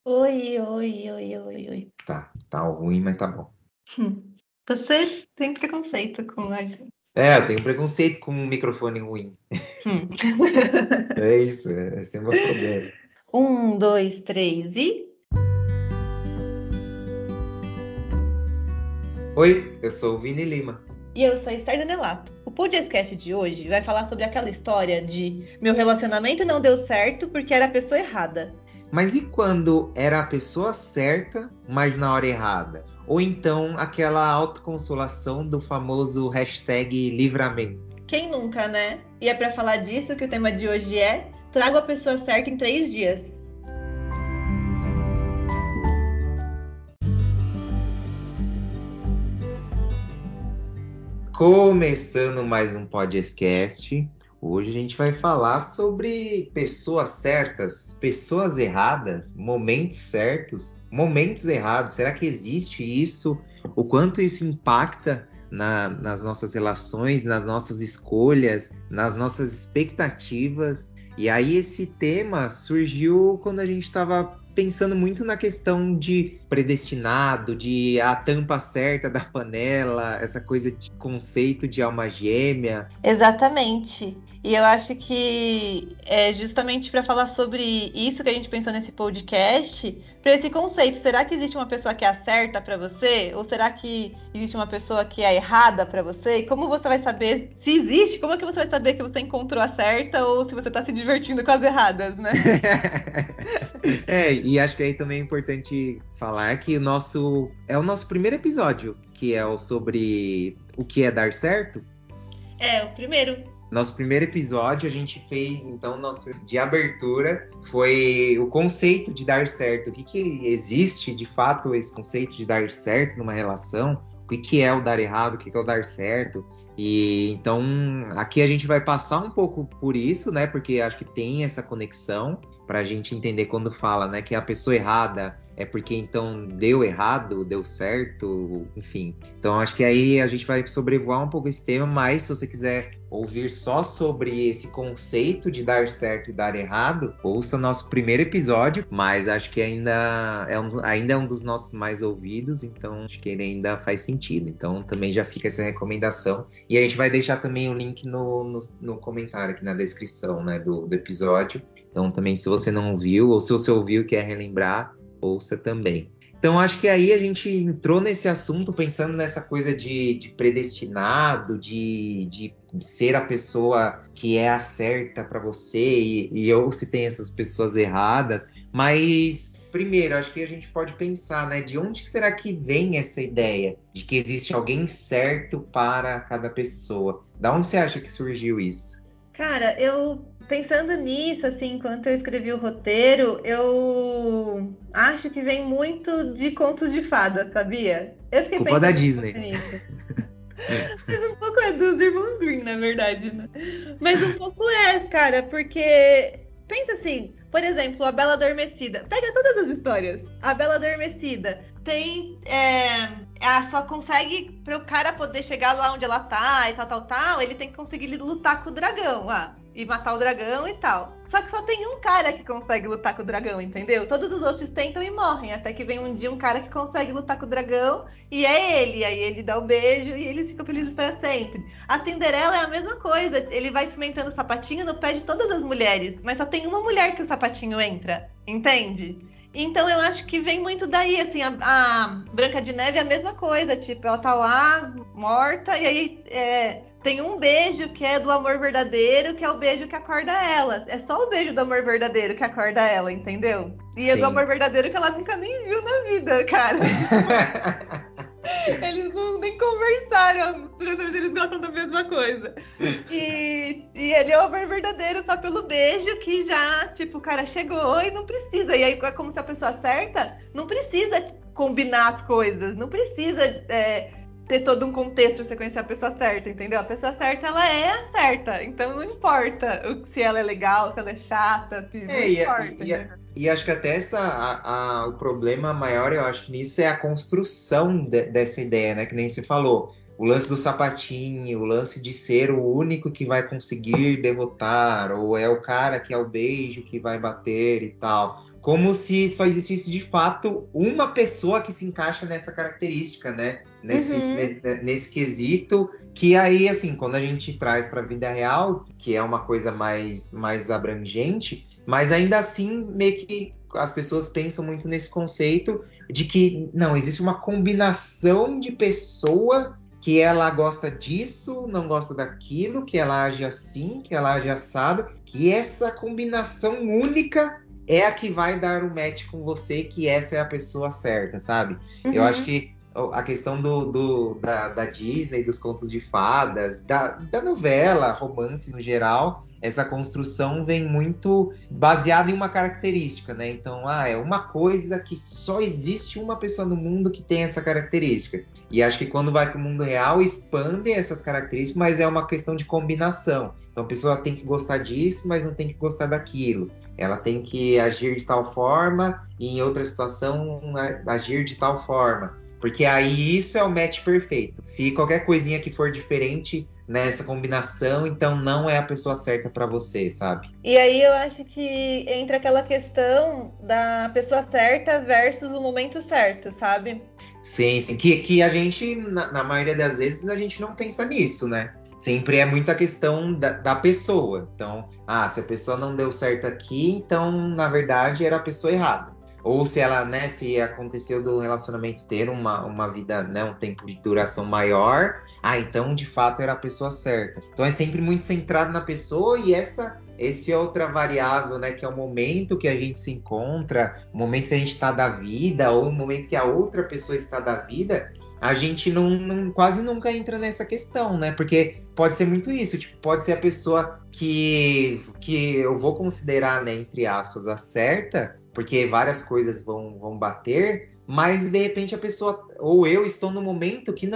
Oi, oi, oi, oi, oi. Tá ruim, mas tá bom. Você tem preconceito com a gente. Eu tenho preconceito com um microfone ruim. Hum. É isso, esse é o meu problema. Um, dois, três e. Oi, eu sou o Vini Lima. E eu sou a Esther Nelato. O podcast de hoje vai falar sobre aquela história de meu relacionamento não deu certo porque era a pessoa errada. Mas e quando era a pessoa certa, mas na hora errada? Ou então aquela autoconsolação do famoso hashtag livramento? Quem nunca, né? E é pra falar disso que o tema de hoje é Trago a pessoa certa em 3 dias. Começando mais um podcast. Hoje a gente vai falar sobre pessoas certas, pessoas erradas, momentos certos, momentos errados. Será que existe isso? O quanto isso impacta nas nossas relações, nas nossas escolhas, nas nossas expectativas? E aí esse tema surgiu quando a gente estava pensando muito na questão de predestinado, de a tampa certa da panela, essa coisa de conceito de alma gêmea. Exatamente. E eu acho que é justamente para falar sobre isso que a gente pensou nesse podcast, para esse conceito. Será que existe uma pessoa que é a certa para você? Ou será que existe uma pessoa que é errada para você? E como você vai saber se existe? Como é que você vai saber que você encontrou a certa ou se você tá se divertindo com as erradas, né? E acho que aí também é importante falar que é o nosso primeiro episódio, que é o sobre o que é dar certo. É, o primeiro. Nosso primeiro episódio a gente fez, então, nosso de abertura foi o conceito de dar certo. O que existe de fato esse conceito de dar certo numa relação? O que é o dar errado? O que é o dar certo? E então aqui a gente vai passar um pouco por isso, né? Porque acho que tem essa conexão para a gente entender quando fala, né, que a pessoa errada é porque então deu errado, deu certo, enfim. Então acho que aí a gente vai sobrevoar um pouco esse tema, mas se você quiser ouvir só sobre esse conceito de dar certo e dar errado, ouça nosso primeiro episódio, mas acho que ainda é um dos nossos mais ouvidos, então acho que ele ainda faz sentido. Então também já fica essa recomendação. E a gente vai deixar também o link no comentário aqui na descrição, né, do episódio. Então também se você não ouviu, ou se você ouviu e quer relembrar, ouça também. Então, acho que aí a gente entrou nesse assunto pensando nessa coisa de predestinado, de ser a pessoa que é a certa para você, e ou se tem essas pessoas erradas. Mas, primeiro, acho que a gente pode pensar, né? De onde será que vem essa ideia de que existe alguém certo para cada pessoa? Da onde você acha que surgiu isso? Cara, eu pensando nisso, assim, enquanto eu escrevi o roteiro, eu acho que vem muito de contos de fada, sabia? Eu fiquei Culpa da pensando muito Disney. nisso. Mas um pouco é dos irmãos Grimm, na verdade, né? Mas um pouco é, cara, porque pensa assim, por exemplo, a Bela Adormecida. Pega todas as histórias. A Bela Adormecida tem. Ela só consegue, para o cara poder chegar lá onde ela tá e tal, tal, tal, ele tem que conseguir lutar com o dragão lá. E matar o dragão e tal. Só que só tem um cara que consegue lutar com o dragão, entendeu? Todos os outros tentam e morrem. Até que vem um dia um cara que consegue lutar com o dragão e é ele. Aí ele dá o beijo e eles ficam felizes para sempre. A Cinderela é a mesma coisa. Ele vai experimentando o sapatinho no pé de todas as mulheres. Mas só tem uma mulher que o sapatinho entra. Entende? Então eu acho que vem muito daí, assim, a Branca de Neve é a mesma coisa, tipo, ela tá lá, morta, e aí tem um beijo que é do amor verdadeiro, que é o beijo que acorda ela. É só o beijo do amor verdadeiro que acorda ela, entendeu? E é do amor Sim. verdadeiro que ela nunca nem viu na vida, cara. Eles não nem conversaram, eles gostam da mesma coisa. E ele é o amor verdadeiro só pelo beijo que já, tipo, o cara chegou e não precisa. E aí é como se a pessoa certa não precisa combinar as coisas, não precisa ter todo um contexto pra você conhecer a pessoa certa, entendeu? A pessoa certa, ela é a certa. Então não importa se ela é legal, se ela é chata, não É, importa, e, entendeu? e acho que até o problema maior, eu acho que nisso é a construção dessa ideia, né? Que nem você falou. O lance do sapatinho, o lance de ser o único que vai conseguir derrotar, ou é o cara que é o beijo que vai bater e tal. como se só existisse de fato uma pessoa que se encaixa nessa característica, né? Nesse quesito, que aí, assim, quando a gente traz para a vida real, que é uma coisa mais abrangente, mas ainda assim, meio que as pessoas pensam muito nesse conceito de que, não, existe uma combinação de pessoa que ela gosta disso, não gosta daquilo, que ela age assim, que ela age assado, que essa combinação única é a que vai dar o match com você, que essa é a pessoa certa, sabe? Eu acho que a questão da Disney, dos contos de fadas, da novela, romance no geral, essa construção vem muito baseada em uma característica, né? Então, é uma coisa que só existe uma pessoa no mundo que tem essa característica. E acho que quando vai para o mundo real, expande essas características, mas é uma questão de combinação. Então a pessoa tem que gostar disso, mas não tem que gostar daquilo. Ela tem que agir de tal forma e em outra situação agir de tal forma. Porque aí isso é o match perfeito. Se qualquer coisinha que for diferente nessa combinação, então não é a pessoa certa para você, sabe? E aí eu acho que entra aquela questão da pessoa certa versus o momento certo, sabe? Sim, sim. Que a gente, na maioria das vezes, a gente não pensa nisso, né? Sempre é muita questão da pessoa. Então, se a pessoa não deu certo aqui, então, na verdade, era a pessoa errada. Ou se ela, né, se aconteceu do relacionamento ter uma vida, né, um tempo de duração maior, então, de fato, era a pessoa certa. Então, é sempre muito centrado na pessoa e esse é outra variável, né, que é o momento que a gente se encontra, o momento que a gente está da vida, ou o momento que a outra pessoa está da vida, a gente não quase nunca entra nessa questão, né? Porque pode ser muito isso, tipo, pode ser a pessoa que eu vou considerar, né, entre aspas, a certa, porque várias coisas vão bater, mas de repente a pessoa, ou eu estou no momento que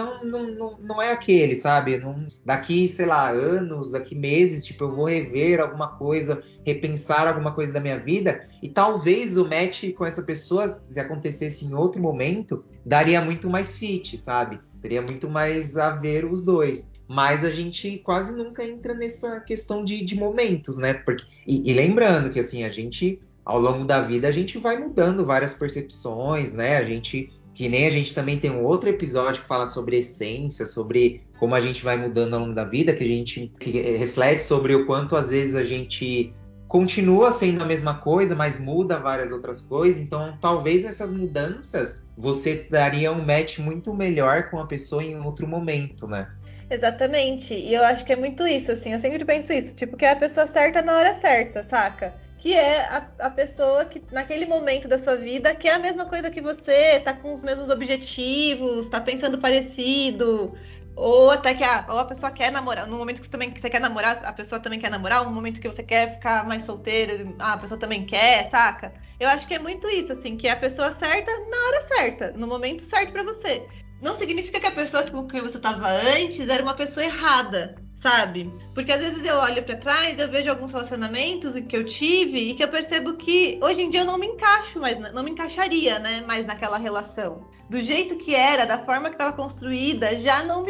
não é aquele, sabe? Daqui, sei lá, anos, daqui meses, tipo, eu vou rever alguma coisa, repensar alguma coisa da minha vida, e talvez o match com essa pessoa, se acontecesse em outro momento, daria muito mais fit, sabe? Teria muito mais a ver os dois. Mas a gente quase nunca entra nessa questão de momentos, né? E lembrando que, assim, a gente, ao longo da vida, a gente vai mudando várias percepções, né? Que nem a gente também tem um outro episódio que fala sobre essência, sobre como a gente vai mudando ao longo da vida, que reflete sobre o quanto, às vezes, a gente continua sendo a mesma coisa, mas muda várias outras coisas. Então, talvez nessas mudanças, você daria um match muito melhor com a pessoa em outro momento, né? Exatamente. E eu acho que é muito isso, assim. Eu sempre penso isso. Tipo, que é a pessoa certa na hora certa, saca? Que é a pessoa que, naquele momento da sua vida, quer a mesma coisa que você, tá com os mesmos objetivos, tá pensando parecido. Ou até que ou a pessoa quer namorar. No momento que você quer namorar, a pessoa também quer namorar. No momento que você quer ficar mais solteiro, a pessoa também quer, saca? Eu acho que é muito isso, assim. Que é a pessoa certa na hora certa, no momento certo pra você. Não significa que a pessoa com quem você estava antes era uma pessoa errada, sabe? Porque às vezes eu olho pra trás, eu vejo alguns relacionamentos que eu tive e que eu percebo que hoje em dia eu não me encaixo mais, não me encaixaria, né, mais naquela relação. Do jeito que era, da forma que estava construída, já não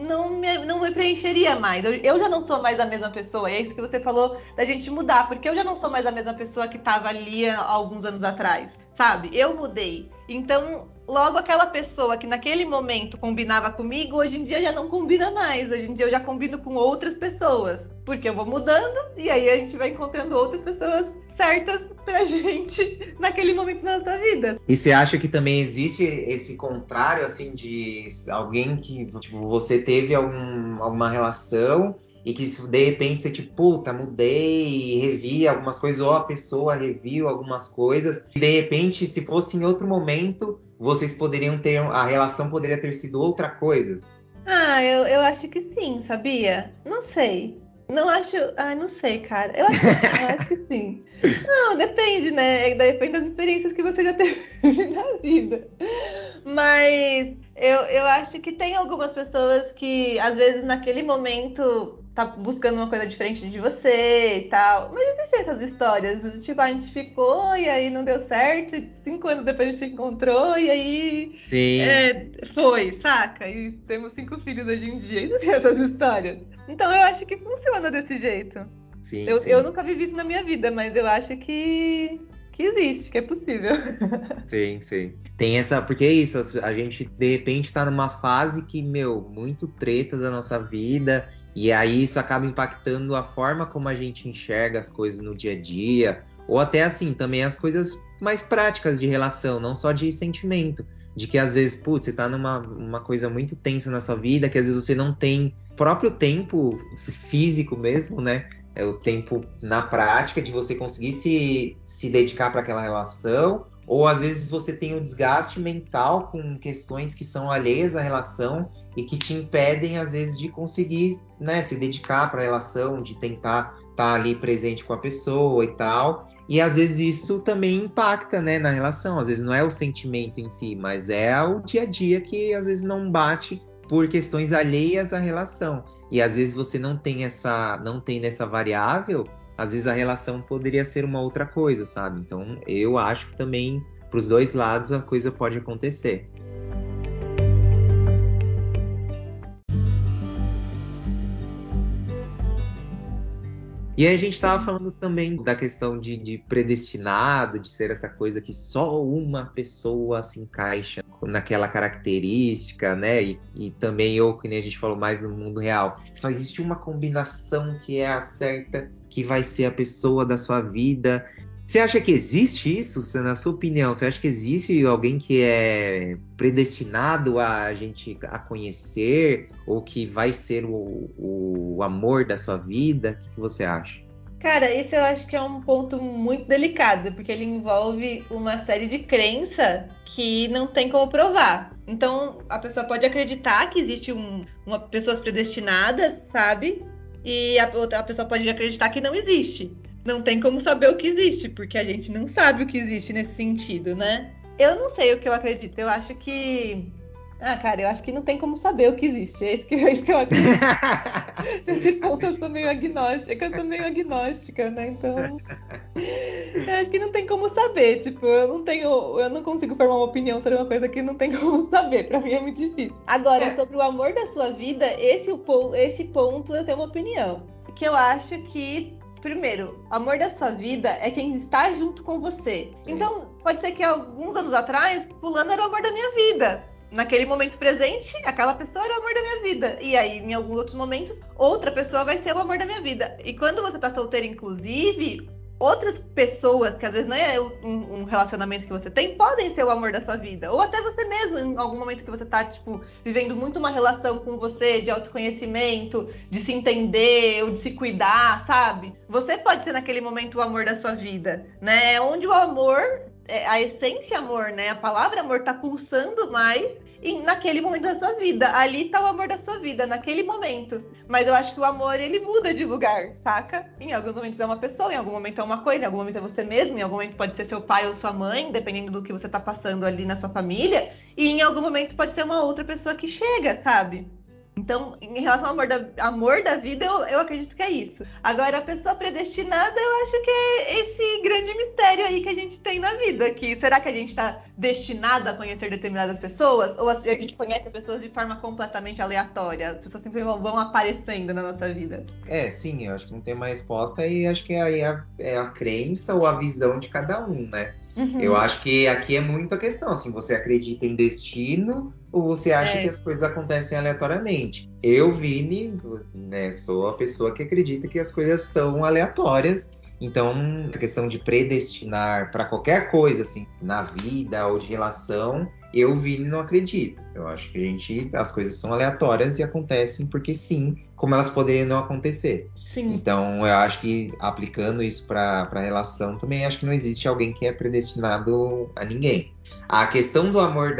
me preencheria mais. Eu já não sou mais a mesma pessoa. E é isso que você falou da gente mudar, porque eu já não sou mais a mesma pessoa que estava ali há alguns anos atrás, sabe? Eu mudei. Então, logo aquela pessoa que naquele momento combinava comigo, hoje em dia já não combina mais. Hoje em dia eu já combino com outras pessoas. Porque eu vou mudando e aí a gente vai encontrando outras pessoas certas pra gente naquele momento da nossa vida. E você acha que também existe esse contrário, assim, de alguém que, tipo, você teve alguma relação e que de repente você, tipo, puta, mudei e revi algumas coisas, ou a pessoa reviu algumas coisas, e de repente, se fosse em outro momento, vocês poderiam ter, a relação poderia ter sido outra coisa? Eu acho que sim, sabia? Não sei. Não acho. Não sei, cara. Eu acho que sim. Não, depende, né? Depende das experiências que você já teve na vida. Mas eu acho que tem algumas pessoas que, às vezes, naquele momento, tá buscando uma coisa diferente de você e tal. Mas existem essas histórias. Tipo, a gente ficou e aí não deu certo. 5 anos depois a gente se encontrou e aí. Sim. Foi, saca? E temos 5 filhos hoje em dia. Existem essas histórias. Então eu acho que funciona desse jeito. Sim, eu nunca vivi isso na minha vida, mas eu acho que que existe, que é possível. Sim, sim. Tem essa, porque é isso, a gente de repente tá numa fase que, muito treta da nossa vida, e aí isso acaba impactando a forma como a gente enxerga as coisas no dia a dia, ou até assim, também as coisas mais práticas de relação, não só de sentimento. De que às vezes, putz, você tá numa coisa muito tensa na sua vida, que às vezes você não tem próprio tempo físico mesmo, né? É o tempo na prática de você conseguir se dedicar para aquela relação, ou às vezes você tem um desgaste mental com questões que são alheias à relação e que te impedem, às vezes, de conseguir, né, se dedicar para a relação, de tentar estar ali presente com a pessoa e tal. E às vezes isso também impacta, né, na relação. Às vezes não é o sentimento em si, mas é o dia a dia que às vezes não bate por questões alheias à relação. E às vezes você não tem nessa variável, às vezes a relação poderia ser uma outra coisa, sabe? Então eu acho que também para os dois lados a coisa pode acontecer. E aí a gente estava falando também da questão de predestinado, de ser essa coisa que só uma pessoa se encaixa naquela característica, né? E também, que nem a gente falou mais no mundo real, só existe uma combinação que é a certa, que vai ser a pessoa da sua vida. Você acha que existe isso? Na sua opinião, você acha que existe alguém que é predestinado a gente a conhecer, ou que vai ser o amor da sua vida? O que você acha? Cara, isso eu acho que é um ponto muito delicado, porque ele envolve uma série de crenças que não tem como provar. Então, a pessoa pode acreditar que existe pessoas predestinadas, sabe? E a pessoa pode acreditar que não existe. Não tem como saber o que existe, porque a gente não sabe o que existe nesse sentido, né? Eu não sei o que eu acredito. Eu acho que... cara, eu acho que não tem como saber o que existe. É isso que eu acredito. Nesse ponto eu sou meio agnóstica, né? Então... eu acho que não tem como saber. Tipo, eu não consigo formar uma opinião sobre uma coisa que não tem como saber. Pra mim é muito difícil. Agora, sobre o amor da sua vida, esse ponto eu tenho uma opinião. Que eu acho que... Primeiro, amor da sua vida é quem está junto com você. Sim. Então, pode ser que alguns anos atrás, fulano era o amor da minha vida. Naquele momento presente, aquela pessoa era o amor da minha vida. E aí, em alguns outros momentos, outra pessoa vai ser o amor da minha vida. E quando você tá solteiro, inclusive, outras pessoas, que às vezes não é um relacionamento que você tem, podem ser o amor da sua vida. Ou até você mesmo, em algum momento que você tá, tipo, vivendo muito uma relação com você, de autoconhecimento, de se entender, ou de se cuidar, sabe? Você pode ser naquele momento o amor da sua vida, né? É onde o amor, a essência amor, né? A palavra amor tá pulsando mais naquele momento da sua vida. Ali tá o amor da sua vida, naquele momento. Mas eu acho que o amor, ele muda de lugar, saca? Em alguns momentos é uma pessoa, em algum momento é uma coisa, em algum momento é você mesmo, em algum momento pode ser seu pai ou sua mãe, dependendo do que você tá passando ali na sua família. E em algum momento pode ser uma outra pessoa que chega, sabe? Então, em relação ao amor da vida, eu acredito que é isso. Agora, a pessoa predestinada, eu acho que é esse grande mistério aí que a gente tem na vida. Que será que a gente está destinado a conhecer determinadas pessoas? Ou a gente conhece as pessoas de forma completamente aleatória? As pessoas sempre vão aparecendo na nossa vida. Sim, eu acho que não tem uma resposta, e acho que aí é a crença ou a visão de cada um, né? Uhum. Eu acho que aqui é muito a questão, assim, você acredita em destino ou você acha que as coisas acontecem aleatoriamente? Eu, Vini, né, sou a pessoa que acredita que as coisas são aleatórias. Então, essa questão de predestinar para qualquer coisa, assim, na vida ou de relação, eu, Vini, não acredito. Eu acho que as coisas são aleatórias e acontecem porque sim, como elas poderiam não acontecer. Sim. Então, eu acho que aplicando isso para a relação, também acho que não existe alguém que é predestinado a ninguém. A questão do amor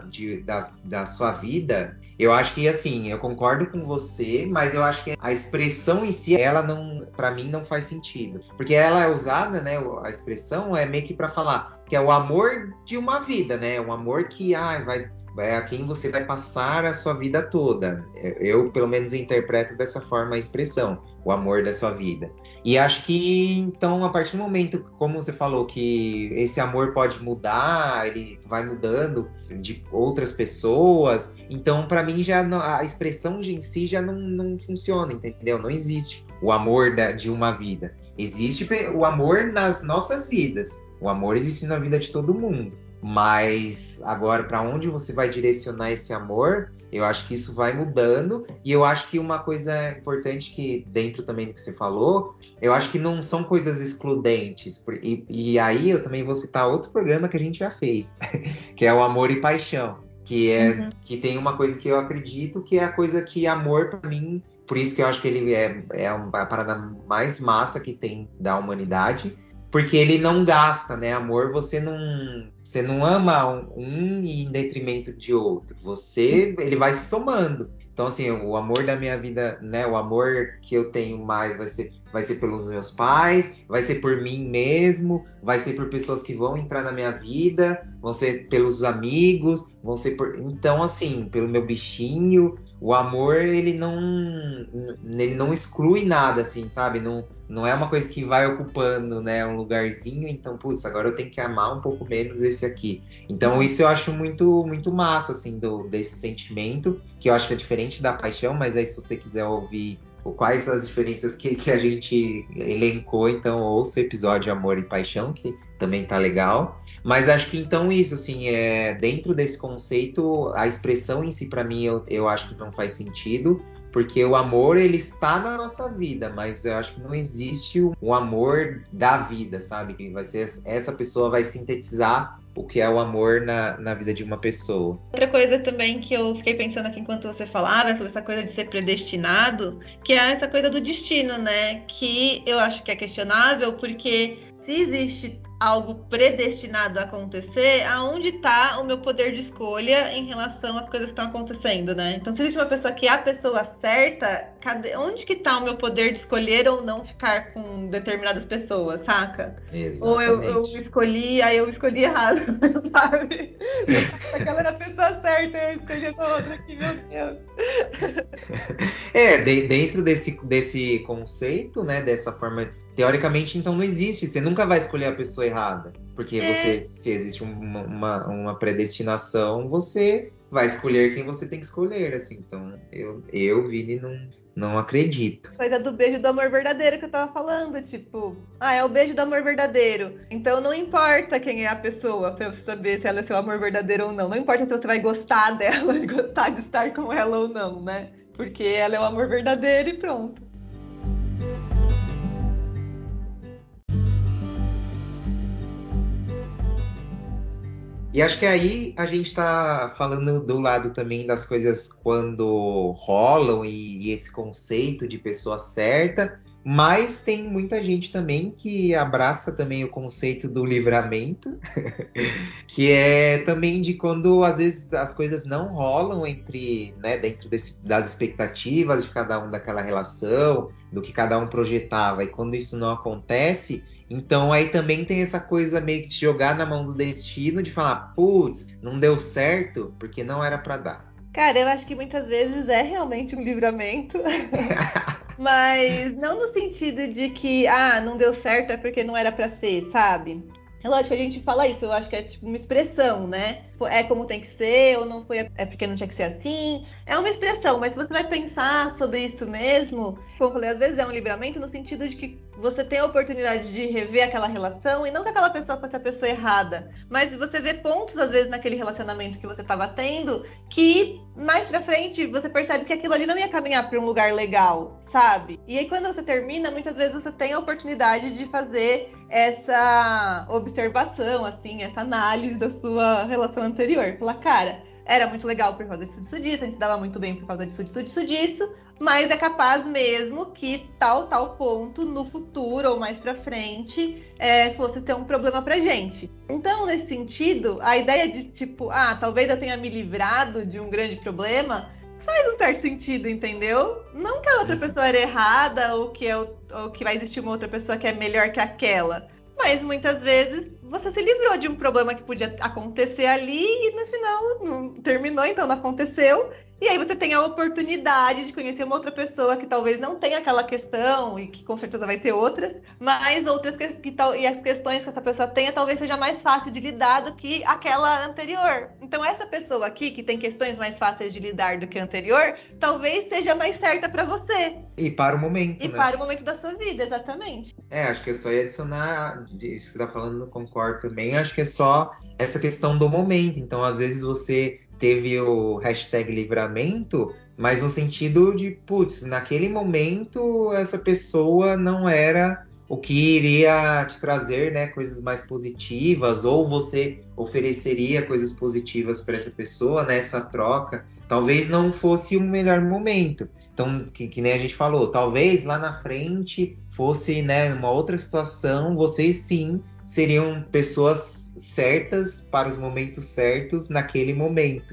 da sua vida, eu acho que, assim, eu concordo com você, mas eu acho que a expressão em si, ela não, para mim, não faz sentido. Porque ela é usada, né, a expressão é meio que para falar que é o amor de uma vida, né? Um amor que é a quem você vai passar a sua vida toda. Eu, pelo menos, interpreto dessa forma a expressão, o amor da sua vida. E acho que, então, a partir do momento, como você falou, que esse amor pode mudar, ele vai mudando de outras pessoas, então, para mim, a expressão em si já não funciona, entendeu? Não existe o amor de uma vida. Existe o amor nas nossas vidas. O amor existe na vida de todo mundo. Mas agora, para onde você vai direcionar esse amor, eu acho que isso vai mudando. E eu acho que uma coisa importante que, dentro também do que você falou, eu acho que não são coisas excludentes. E aí eu também vou citar outro programa que a gente já fez, que é o Amor e Paixão. Que tem uma coisa que eu acredito, que é a coisa que amor, para mim, por isso que eu acho que ele é a parada mais massa que tem da humanidade, porque ele não gasta, né? Amor, você não ama um em detrimento de outro. Ele vai se somando. Então, assim, o amor da minha vida, né? O amor que eu tenho mais vai ser pelos meus pais, vai ser por mim mesmo, vai ser por pessoas que vão entrar na minha vida, vão ser pelos amigos, vão ser então, assim, pelo meu bichinho. O amor, ele não exclui nada, assim, sabe? Não é uma coisa que vai ocupando, né, um lugarzinho, então, putz, agora eu tenho que amar um pouco menos esse aqui. Então, isso eu acho muito, muito massa, assim, desse sentimento, que eu acho que é diferente da paixão, mas aí se você quiser ouvir quais as diferenças que a gente elencou, então ouça o episódio Amor e Paixão, que também tá legal. Mas acho que então isso, assim, dentro desse conceito, a expressão em si, para mim, eu acho que não faz sentido, porque o amor, ele está na nossa vida, mas eu acho que não existe o amor da vida, sabe? Que vai ser, essa pessoa vai sintetizar o que é o amor na vida de uma pessoa. Outra coisa também que eu fiquei pensando aqui enquanto você falava, sobre essa coisa de ser predestinado, que é essa coisa do destino, né? Que eu acho que é questionável, porque se existe algo predestinado a acontecer, aonde está o meu poder de escolha em relação às coisas que estão acontecendo, né? Então, se existe uma pessoa que é a pessoa certa, onde que está o meu poder de escolher ou não ficar com determinadas pessoas, saca? Exatamente. Ou eu escolhi, aí eu escolhi errado, sabe? Aquela era a pessoa certa, eu escolhi essa outra aqui, meu Deus. Dentro desse conceito, né, dessa forma, teoricamente, então não existe. Você nunca vai escolher a pessoa errada. Porque se existe uma predestinação, você vai escolher quem você tem que escolher, assim. Então, Vini, não acredito. Coisa do beijo do amor verdadeiro que eu tava falando, tipo, é o beijo do amor verdadeiro. Então não importa quem é a pessoa pra você saber se ela é seu amor verdadeiro ou não. Não importa se você vai gostar dela, gostar de estar com ela ou não, né? Porque ela é o amor verdadeiro e pronto. E acho que aí a gente tá falando do lado também das coisas quando rolam e esse conceito de pessoa certa, mas tem muita gente também que abraça também o conceito do livramento, que é também de quando às vezes as coisas não rolam dentro das expectativas de cada um daquela relação, do que cada um projetava, e quando isso não acontece. Então aí também tem essa coisa meio que de jogar na mão do destino, de falar, putz, não deu certo porque não era pra dar. Cara, eu acho que muitas vezes é realmente um livramento, mas não no sentido de que, não deu certo é porque não era pra ser, sabe? É lógico que a gente fala isso, eu acho que é tipo uma expressão, né? É como tem que ser, ou não foi, é porque não tinha que ser assim. É uma expressão, mas se você vai pensar sobre isso mesmo, como eu falei, às vezes é um livramento no sentido de que você tem a oportunidade de rever aquela relação, e não que aquela pessoa fosse a pessoa errada, mas você vê pontos, às vezes, naquele relacionamento que você estava tendo, que mais pra frente você percebe que aquilo ali não ia caminhar para um lugar legal, sabe? E aí quando você termina, muitas vezes você tem a oportunidade de fazer essa observação, assim, essa análise da sua relação anterior. Falar, cara, era muito legal por causa disso, disso, a gente dava muito bem por causa disso, mas é capaz mesmo que tal ponto no futuro ou mais pra frente fosse ter um problema pra gente. Então, nesse sentido, a ideia de tipo, talvez eu tenha me livrado de um grande problema, faz um certo sentido, entendeu? Não que a outra pessoa era errada ou que vai existir uma outra pessoa que é melhor que aquela. Mas muitas vezes você se livrou de um problema que podia acontecer ali e no final não terminou, então não aconteceu. E aí você tem a oportunidade de conhecer uma outra pessoa que talvez não tenha aquela questão e que com certeza vai ter outras, mas outras e as questões que essa pessoa tenha talvez seja mais fácil de lidar do que aquela anterior. Então essa pessoa aqui que tem questões mais fáceis de lidar do que a anterior, talvez seja mais certa para você. E para o momento, né? E para o momento da sua vida, exatamente. Acho que eu só ia adicionar isso que você tá falando, concordo concordo também. Acho que é só essa questão do momento. Então, às vezes você teve o hashtag livramento, mas no sentido de, putz, naquele momento essa pessoa não era o que iria te trazer, né, coisas mais positivas, ou você ofereceria coisas positivas para essa pessoa nessa troca. Talvez não fosse o melhor momento. Então, que nem a gente falou, talvez lá na frente fosse, né, uma outra situação, vocês sim seriam pessoas certas para os momentos certos naquele momento.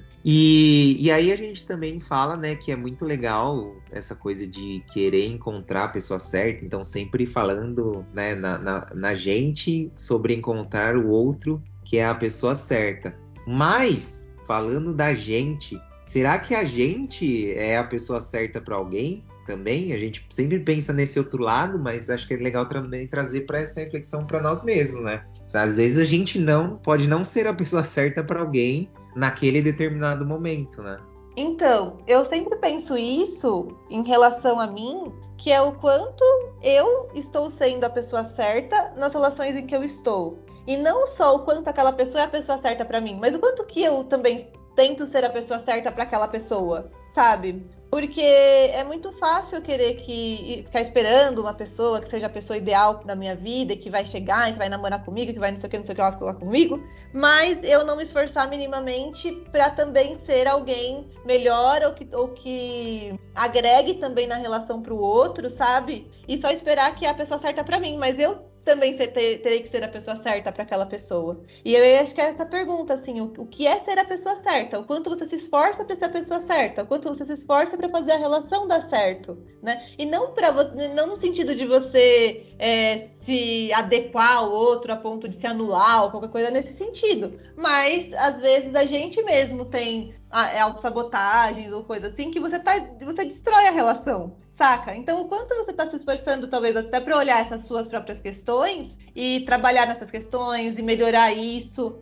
E aí a gente também fala, né, que é muito legal essa coisa de querer encontrar a pessoa certa, então sempre falando, né, na gente sobre encontrar o outro, que é a pessoa certa. Mas, falando da gente, será que a gente é a pessoa certa para alguém também? A gente sempre pensa nesse outro lado, mas acho que é legal também trazer para essa reflexão para nós mesmos, né? Às vezes a gente pode não ser a pessoa certa para alguém naquele determinado momento, né? Então, eu sempre penso isso em relação a mim, que é o quanto eu estou sendo a pessoa certa nas relações em que eu estou. E não só o quanto aquela pessoa é a pessoa certa para mim, mas o quanto que eu também tento ser a pessoa certa para aquela pessoa, sabe? Porque é muito fácil eu querer ficar esperando uma pessoa que seja a pessoa ideal da minha vida, que vai chegar, que vai namorar comigo, que vai não sei o que lá comigo, mas eu não me esforçar minimamente para também ser alguém melhor ou que agregue também na relação pro outro, sabe? E só esperar que é a pessoa certa para mim, mas eu também terei que ser a pessoa certa para aquela pessoa. E eu acho que é essa pergunta, assim, o que é ser a pessoa certa? O quanto você se esforça para ser a pessoa certa? O quanto você se esforça para fazer a relação dar certo, né? E não não no sentido de você se adequar ao outro a ponto de se anular ou qualquer coisa nesse sentido. Mas, às vezes, a gente mesmo tem autossabotagens ou coisa assim que você destrói a relação. Saca? Então, o quanto você está se esforçando, talvez até para olhar essas suas próprias questões e trabalhar nessas questões e melhorar isso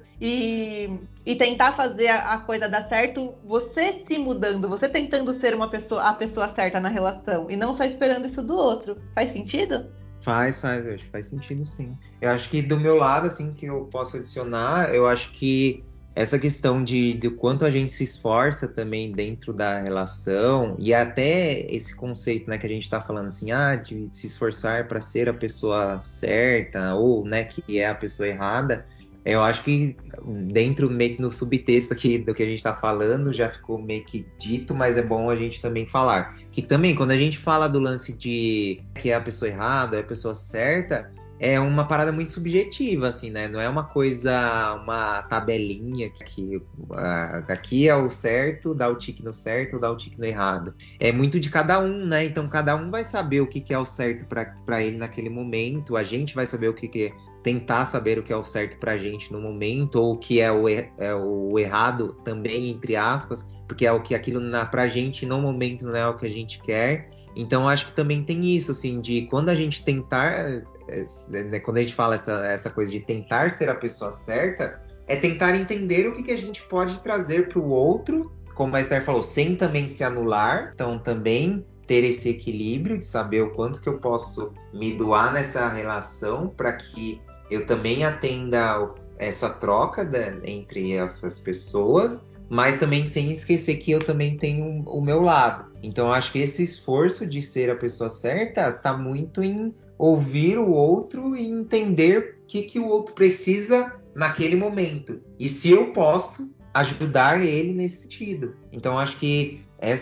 e tentar fazer a coisa dar certo, você se mudando, você tentando ser a pessoa certa na relação e não só esperando isso do outro. Faz sentido? Faz, eu acho que faz sentido, sim. Eu acho que do meu lado, assim, que eu posso adicionar, eu acho que essa questão de quanto a gente se esforça também dentro da relação, e até esse conceito, né, que a gente tá falando assim, de se esforçar para ser a pessoa certa, ou, né, que é a pessoa errada, eu acho que dentro, meio que no subtexto aqui do que a gente tá falando, já ficou meio que dito, mas é bom a gente também falar. Que também, quando a gente fala do lance de que é a pessoa errada, é a pessoa certa, é uma parada muito subjetiva, assim, né? Não é uma coisa, uma tabelinha que aqui é o certo, dá o tique no certo, dá o tique no errado. É muito de cada um, né? Então cada um vai saber o que é o certo para ele naquele momento. A gente vai saber o que é, tentar saber o que é o certo pra gente no momento, ou o que é o errado também, entre aspas, porque é o que aquilo pra gente no momento não é o que a gente quer. Então acho que também tem isso, assim, de quando a gente tentar, quando a gente fala essa coisa de tentar ser a pessoa certa, é tentar entender o que a gente pode trazer pro outro, como a Esther falou, sem também se anular, então também ter esse equilíbrio de saber o quanto que eu posso me doar nessa relação para que eu também atenda essa troca entre essas pessoas, mas também sem esquecer que eu também tenho o meu lado. Então, eu acho que esse esforço de ser a pessoa certa está muito em ouvir o outro e entender o que o outro precisa naquele momento. E se eu posso ajudar ele nesse sentido. Então, eu acho que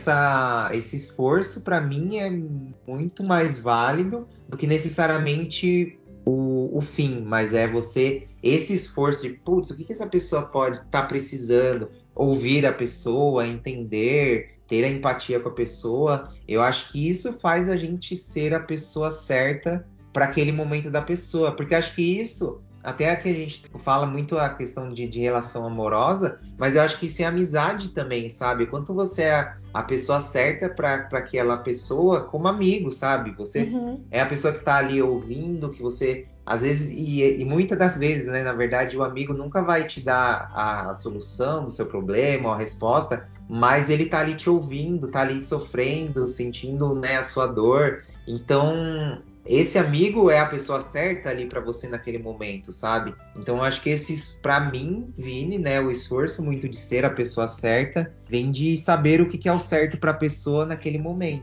esse esforço, para mim, é muito mais válido do que necessariamente o fim, mas é esse esforço de, putz, o que essa pessoa pode estar precisando, ouvir a pessoa, entender, ter a empatia com a pessoa. Eu acho que isso faz a gente ser a pessoa certa para aquele momento da pessoa, porque acho que isso, até que a gente fala muito a questão de relação amorosa, mas eu acho que isso é amizade também, sabe? Quanto você é a pessoa certa para aquela pessoa como amigo, sabe? Você é a pessoa que tá ali ouvindo, que você, às vezes, e muitas das vezes, né, na verdade, o amigo nunca vai te dar a solução do seu problema, ou a resposta, mas ele tá ali te ouvindo, tá ali sofrendo, sentindo, né, a sua dor. Então, esse amigo é a pessoa certa ali para você naquele momento, sabe? Então eu acho que para mim, Vini, né, o esforço muito de ser a pessoa certa vem de saber o que é o certo para a pessoa naquele momento.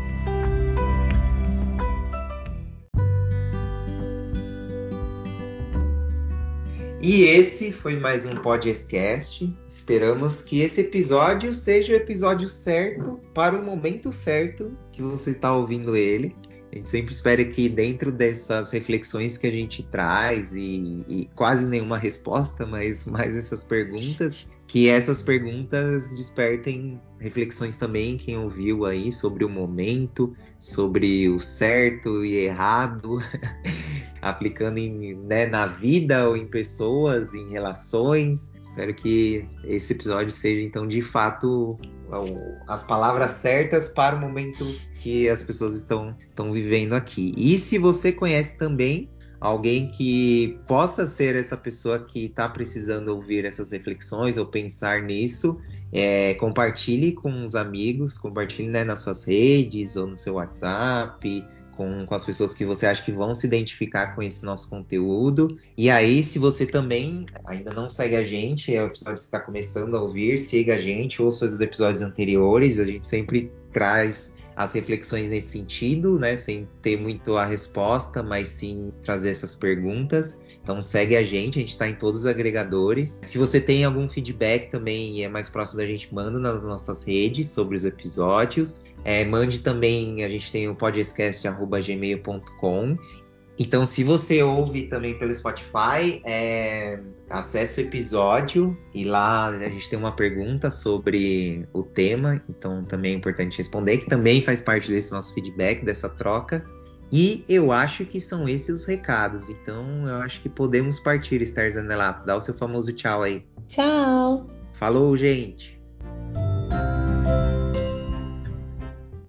E esse foi mais um podcast. Esperamos que esse episódio seja o episódio certo para o momento certo que você está ouvindo ele. A gente sempre espera que dentro dessas reflexões que a gente traz e quase nenhuma resposta, mas mais essas perguntas, que essas perguntas despertem reflexões também, quem ouviu aí, sobre o momento, sobre o certo e errado, aplicando na vida ou em pessoas, em relações. Espero que esse episódio seja, então, de fato, as palavras certas para o momento que as pessoas estão vivendo aqui. E se você conhece também alguém que possa ser essa pessoa que está precisando ouvir essas reflexões ou pensar nisso, compartilhe com os amigos, compartilhe nas suas redes ou no seu WhatsApp, com as pessoas que você acha que vão se identificar com esse nosso conteúdo. E aí, se você também ainda não segue a gente, é o episódio que você está começando a ouvir, siga a gente, ouça os episódios anteriores, a gente sempre traz as reflexões nesse sentido, né? Sem ter muito a resposta, mas sim trazer essas perguntas. Então segue a gente está em todos os agregadores. Se você tem algum feedback também e é mais próximo da gente, manda nas nossas redes sobre os episódios. Mande também, a gente tem o podcast@gmail.com. Então, se você ouve também pelo Spotify, acesse o episódio e lá a gente tem uma pergunta sobre o tema. Então, também é importante responder, que também faz parte desse nosso feedback, dessa troca. E eu acho que são esses os recados. Então, eu acho que podemos partir, Esther Zanelato. Dá o seu famoso tchau aí. Tchau! Falou, gente!